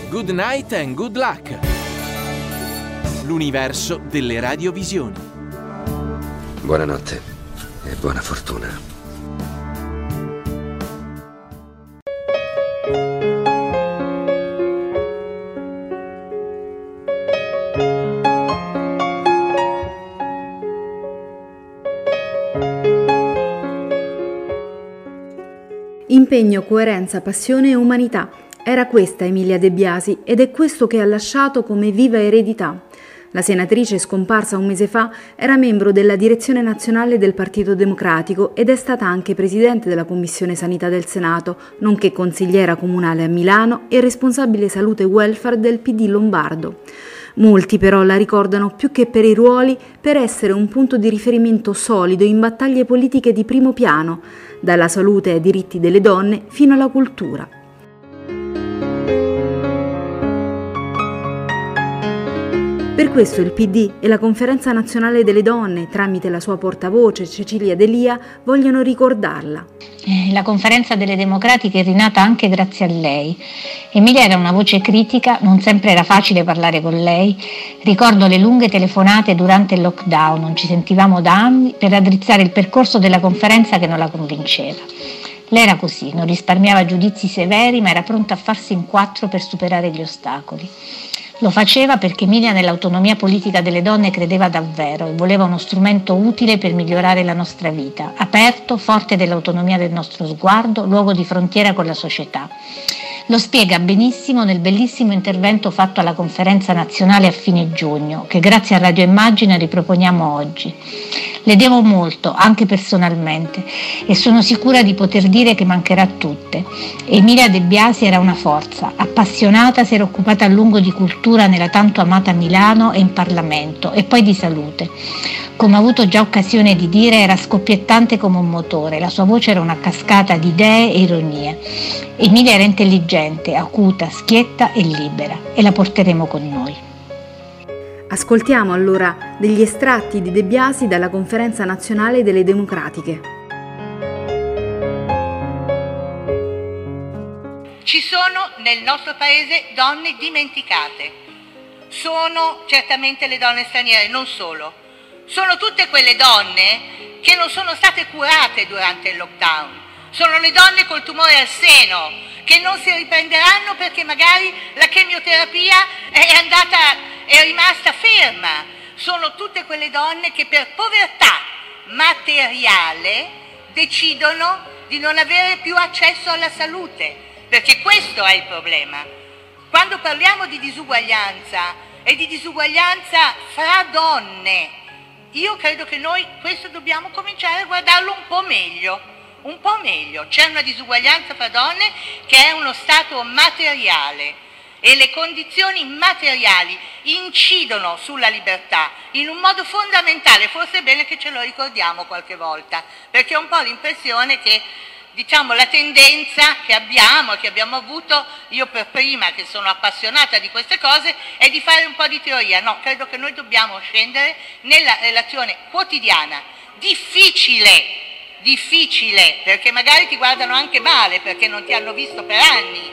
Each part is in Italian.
Good night and good luck. L'universo delle radiovisioni. Buonanotte e buona fortuna. Impegno, coerenza, passione e umanità. Era questa Emilia De Biasi ed è questo che ha lasciato come viva eredità. La senatrice, scomparsa un mese fa, era membro della direzione nazionale del Partito Democratico ed è stata anche presidente della Commissione Sanità del Senato, nonché consigliera comunale a Milano e responsabile salute e welfare del PD lombardo. Molti però la ricordano più che per i ruoli, per essere un punto di riferimento solido in battaglie politiche di primo piano, dalla salute ai diritti delle donne fino alla cultura. Per questo il PD e la Conferenza Nazionale delle Donne, tramite la sua portavoce Cecilia D'Elia, vogliono ricordarla. La Conferenza delle Democratiche è rinata anche grazie a lei. Emilia era una voce critica, non sempre era facile parlare con lei. Ricordo le lunghe telefonate durante il lockdown, non ci sentivamo da anni, per raddrizzare il percorso della conferenza che non la convinceva. Lei era così, non risparmiava giudizi severi, ma era pronta a farsi in quattro per superare gli ostacoli. Lo faceva perché Emilia nell'autonomia politica delle donne credeva davvero e voleva uno strumento utile per migliorare la nostra vita, aperto, forte dell'autonomia del nostro sguardo, luogo di frontiera con la società. Lo spiega benissimo nel bellissimo intervento fatto alla conferenza nazionale a fine giugno, che grazie a Radio Immagine riproponiamo oggi. Le devo molto, anche personalmente, e sono sicura di poter dire che mancherà a tutte. Emilia De Biasi era una forza, appassionata, si era occupata a lungo di cultura nella tanto amata Milano e in Parlamento, e poi di salute. Come ho avuto già occasione di dire, era scoppiettante come un motore, la sua voce era una cascata di idee e ironie. Emilia era intelligente, acuta, schietta e libera, e la porteremo con noi. Ascoltiamo allora degli estratti di De Biasi dalla Conferenza Nazionale delle Democratiche. Ci sono nel nostro paese donne dimenticate. Sono certamente le donne straniere, non solo. Sono tutte quelle donne che non sono state curate durante il lockdown. Sono le donne col tumore al seno che non si riprenderanno perché magari la chemioterapia è rimasta ferma. Sono tutte quelle donne che per povertà materiale decidono di non avere più accesso alla salute, perché questo è il problema. Quando parliamo di disuguaglianza e di disuguaglianza fra donne, io credo che noi questo dobbiamo cominciare a guardarlo un po' meglio. Un po' meglio. C'è una disuguaglianza fra donne che è uno stato materiale e le condizioni materiali incidono sulla libertà in un modo fondamentale, forse è bene che ce lo ricordiamo qualche volta, perché ho un po' l'impressione che la tendenza che abbiamo avuto, io per prima che sono appassionata di queste cose, è di fare un po' di teoria. No, credo che noi dobbiamo scendere nella relazione quotidiana, difficile, perché magari ti guardano anche male, perché non ti hanno visto per anni.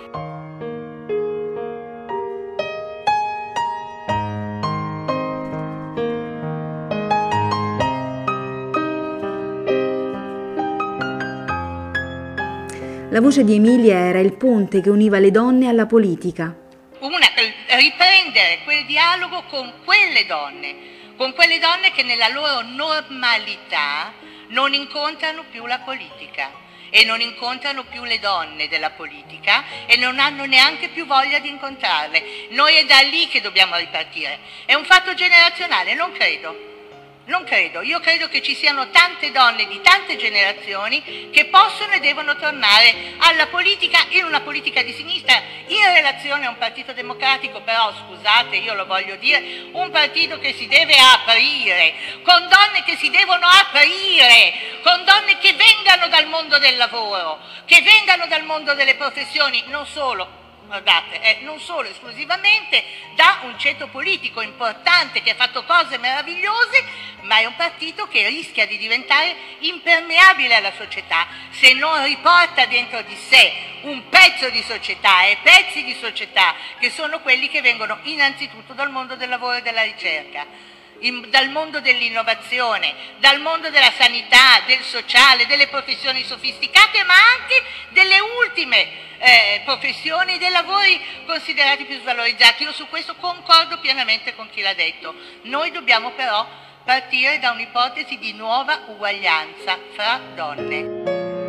La voce di Emilia era il ponte che univa le donne alla politica. Riprendere quel dialogo con quelle donne che nella loro normalità non incontrano più la politica e non incontrano più le donne della politica e non hanno neanche più voglia di incontrarle. Noi è da lì che dobbiamo ripartire. È un fatto generazionale? Non credo. Io credo che ci siano tante donne di tante generazioni che possono e devono tornare alla politica, in una politica di sinistra, in relazione a un partito democratico, però scusate, io lo voglio dire, un partito che si deve aprire, con donne che si devono aprire, con donne che vengano dal mondo del lavoro, che vengano dal mondo delle professioni, non solo guardate, non solo esclusivamente da un ceto politico importante che ha fatto cose meravigliose, ma è un partito che rischia di diventare impermeabile alla società se non riporta dentro di sé un pezzo di società e pezzi di società che sono quelli che vengono innanzitutto dal mondo del lavoro e della ricerca, dal mondo dell'innovazione, dal mondo della sanità, del sociale, delle professioni sofisticate, ma anche delle ultime professioni, dei lavori considerati più svalorizzati. Io su questo concordo pienamente con chi l'ha detto. Noi dobbiamo però partire da un'ipotesi di nuova uguaglianza fra donne.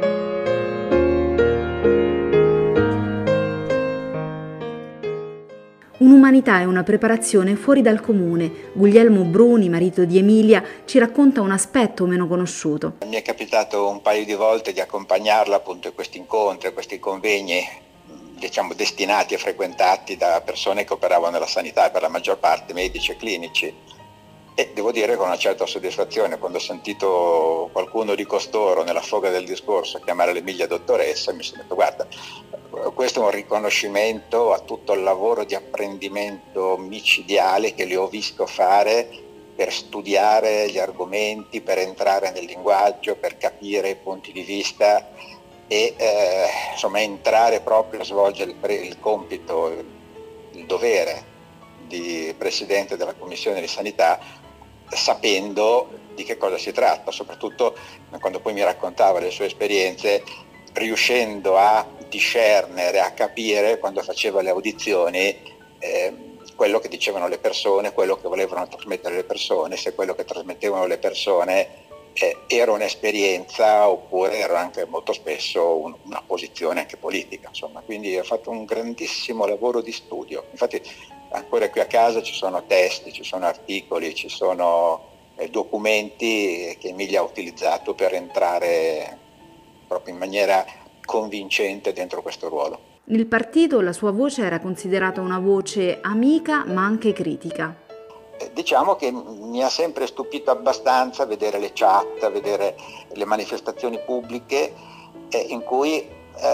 Un'umanità e una preparazione fuori dal comune. Guglielmo Bruni, marito di Emilia, ci racconta un aspetto meno conosciuto. Mi è capitato un paio di volte di accompagnarla appunto in questi incontri, questi convegni, diciamo destinati e frequentati da persone che operavano nella sanità, per la maggior parte medici e clinici. E devo dire con una certa soddisfazione, quando ho sentito qualcuno di costoro nella foga del discorso chiamare l'Emilia dottoressa, mi sono detto: guarda, questo è un riconoscimento a tutto il lavoro di apprendimento micidiale che le ho visto fare per studiare gli argomenti, per entrare nel linguaggio, per capire i punti di vista e insomma entrare proprio a svolgere il compito, il dovere di Presidente della Commissione di Sanità, sapendo di che cosa si tratta, soprattutto quando poi mi raccontava le sue esperienze, riuscendo a discernere, a capire quando faceva le audizioni quello che dicevano le persone, quello che volevano trasmettere le persone, se quello che trasmettevano le persone era un'esperienza oppure era anche molto spesso una posizione anche politica, insomma. Quindi ha fatto un grandissimo lavoro di studio. Infatti ancora qui a casa ci sono testi, ci sono articoli, ci sono documenti che Emilia ha utilizzato per entrare proprio in maniera convincente dentro questo ruolo. Nel partito la sua voce era considerata una voce amica ma anche critica. Diciamo che mi ha sempre stupito abbastanza vedere le chat, vedere le manifestazioni pubbliche in cui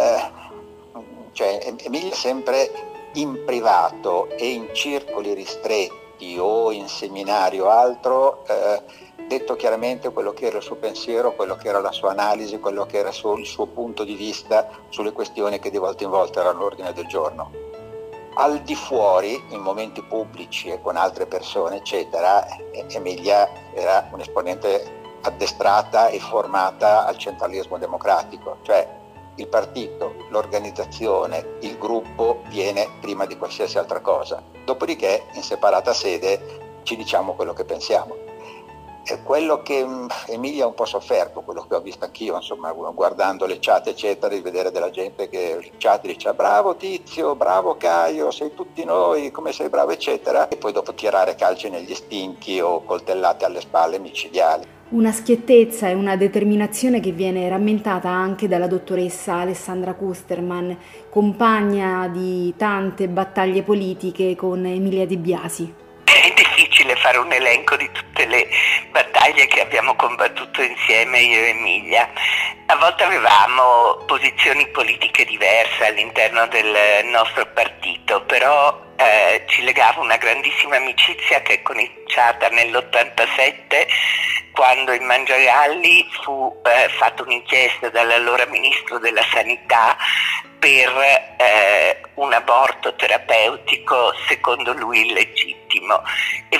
Emilia sempre in privato e in circoli ristretti o in seminari o altro detto chiaramente quello che era il suo pensiero, quello che era la sua analisi, quello che era il suo punto di vista sulle questioni che di volta in volta erano all'ordine del giorno. Al di fuori, in momenti pubblici e con altre persone, eccetera, Emilia era un'esponente addestrata e formata al centralismo democratico, cioè il partito, l'organizzazione, il gruppo viene prima di qualsiasi altra cosa. Dopodiché, in separata sede, ci diciamo quello che pensiamo. È quello che Emilia ha un po' sofferto, quello che ho visto anch'io, insomma, guardando le chat eccetera, di vedere della gente che in chat dice bravo Tizio, bravo Caio, sei tutti noi, come sei bravo eccetera, e poi dopo tirare calci negli stinchi o coltellate alle spalle micidiali. Una schiettezza e una determinazione che viene rammentata anche dalla dottoressa Alessandra Kusterman, compagna di tante battaglie politiche con Emilia De Biasi. È difficile fare un elenco di tutte le battaglie che abbiamo combattuto insieme io e Emilia. A volte avevamo posizioni politiche diverse all'interno del nostro partito, però ci legava una grandissima amicizia che è cominciata nell'87 quando in Mangiagalli fu fatta un'inchiesta dall'allora Ministro della Sanità per un aborto terapeutico secondo lui illegittimo e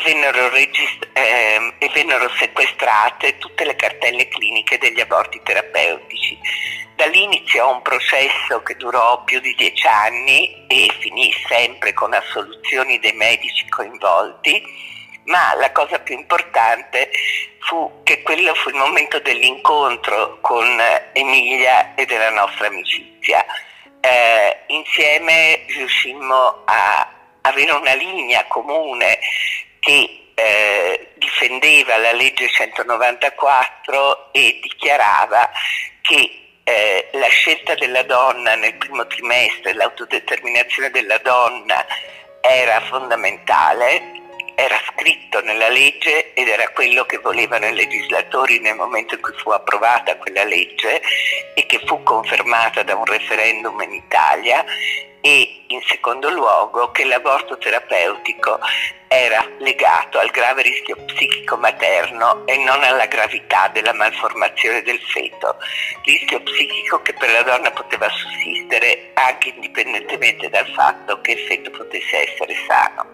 vennero sequestrate tutte le cartelle cliniche degli aborti terapeutici. Da lì iniziò un processo che durò più di 10 anni e finì sempre con assoluzioni dei medici coinvolti, ma la cosa più importante fu che quello fu il momento dell'incontro con Emilia e della nostra amicizia. Insieme riuscimmo a avere una linea comune che difendeva la legge 194 e dichiarava che la scelta della donna nel primo trimestre, l'autodeterminazione della donna era fondamentale, era scritto nella legge ed era quello che volevano i legislatori nel momento in cui fu approvata quella legge e che fu confermata da un referendum in Italia, e in secondo luogo che l'aborto terapeutico era legato al grave rischio psichico materno e non alla gravità della malformazione del feto, rischio psichico che per la donna poteva sussistere anche indipendentemente dal fatto che il feto potesse essere sano.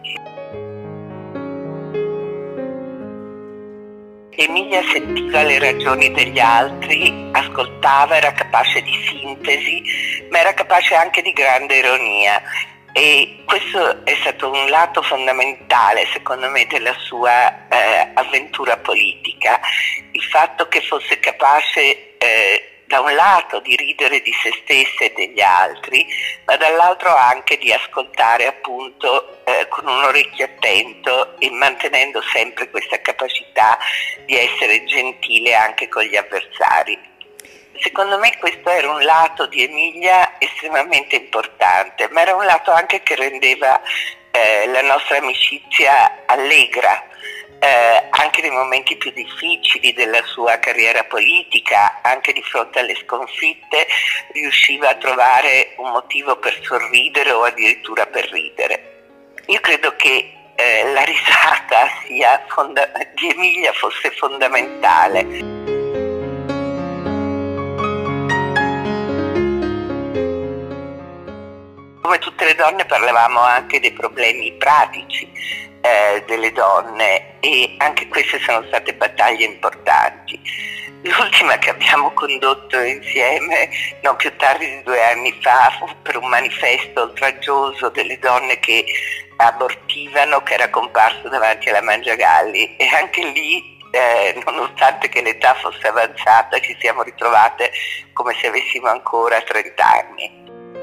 Emilia sentiva le ragioni degli altri, ascoltava, era capace di sintesi, ma era capace anche di grande ironia, e questo è stato un lato fondamentale, secondo me, della sua avventura politica, il fatto che fosse capace da un lato di ridere di se stessa e degli altri, ma dall'altro anche di ascoltare appunto con un orecchio attento e mantenendo sempre questa capacità di essere gentile anche con gli avversari. Secondo me questo era un lato di Emilia estremamente importante, ma era un lato anche che rendeva la nostra amicizia allegra. Anche nei momenti più difficili della sua carriera politica, anche di fronte alle sconfitte, riusciva a trovare un motivo per sorridere o addirittura per ridere. Io credo che la risata di Emilia fosse fondamentale. Come tutte le donne parlavamo anche dei problemi pratici delle donne, e anche queste sono state battaglie importanti. L'ultima che abbiamo condotto insieme non più tardi di 2 anni fa fu per un manifesto oltraggioso delle donne che abortivano, che era comparso davanti alla Mangiagalli, e anche lì nonostante che l'età fosse avanzata ci siamo ritrovate come se avessimo ancora 30 anni.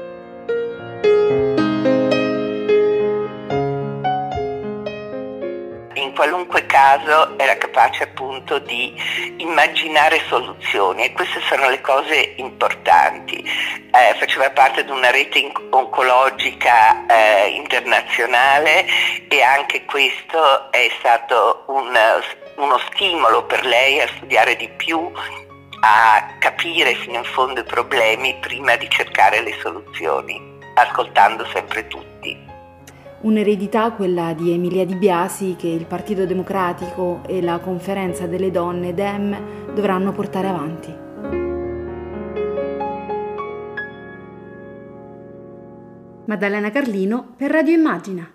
In qualunque caso era capace appunto di immaginare soluzioni, e queste sono le cose importanti. Faceva parte di una rete oncologica internazionale, e anche questo è stato uno stimolo per lei a studiare di più, a capire fino in fondo i problemi prima di cercare le soluzioni, ascoltando sempre tutti. Un'eredità, quella di Emilia Di Biasi, che il Partito Democratico e la Conferenza delle Donne Dem dovranno portare avanti. Maddalena Carlino per Radio Immagina.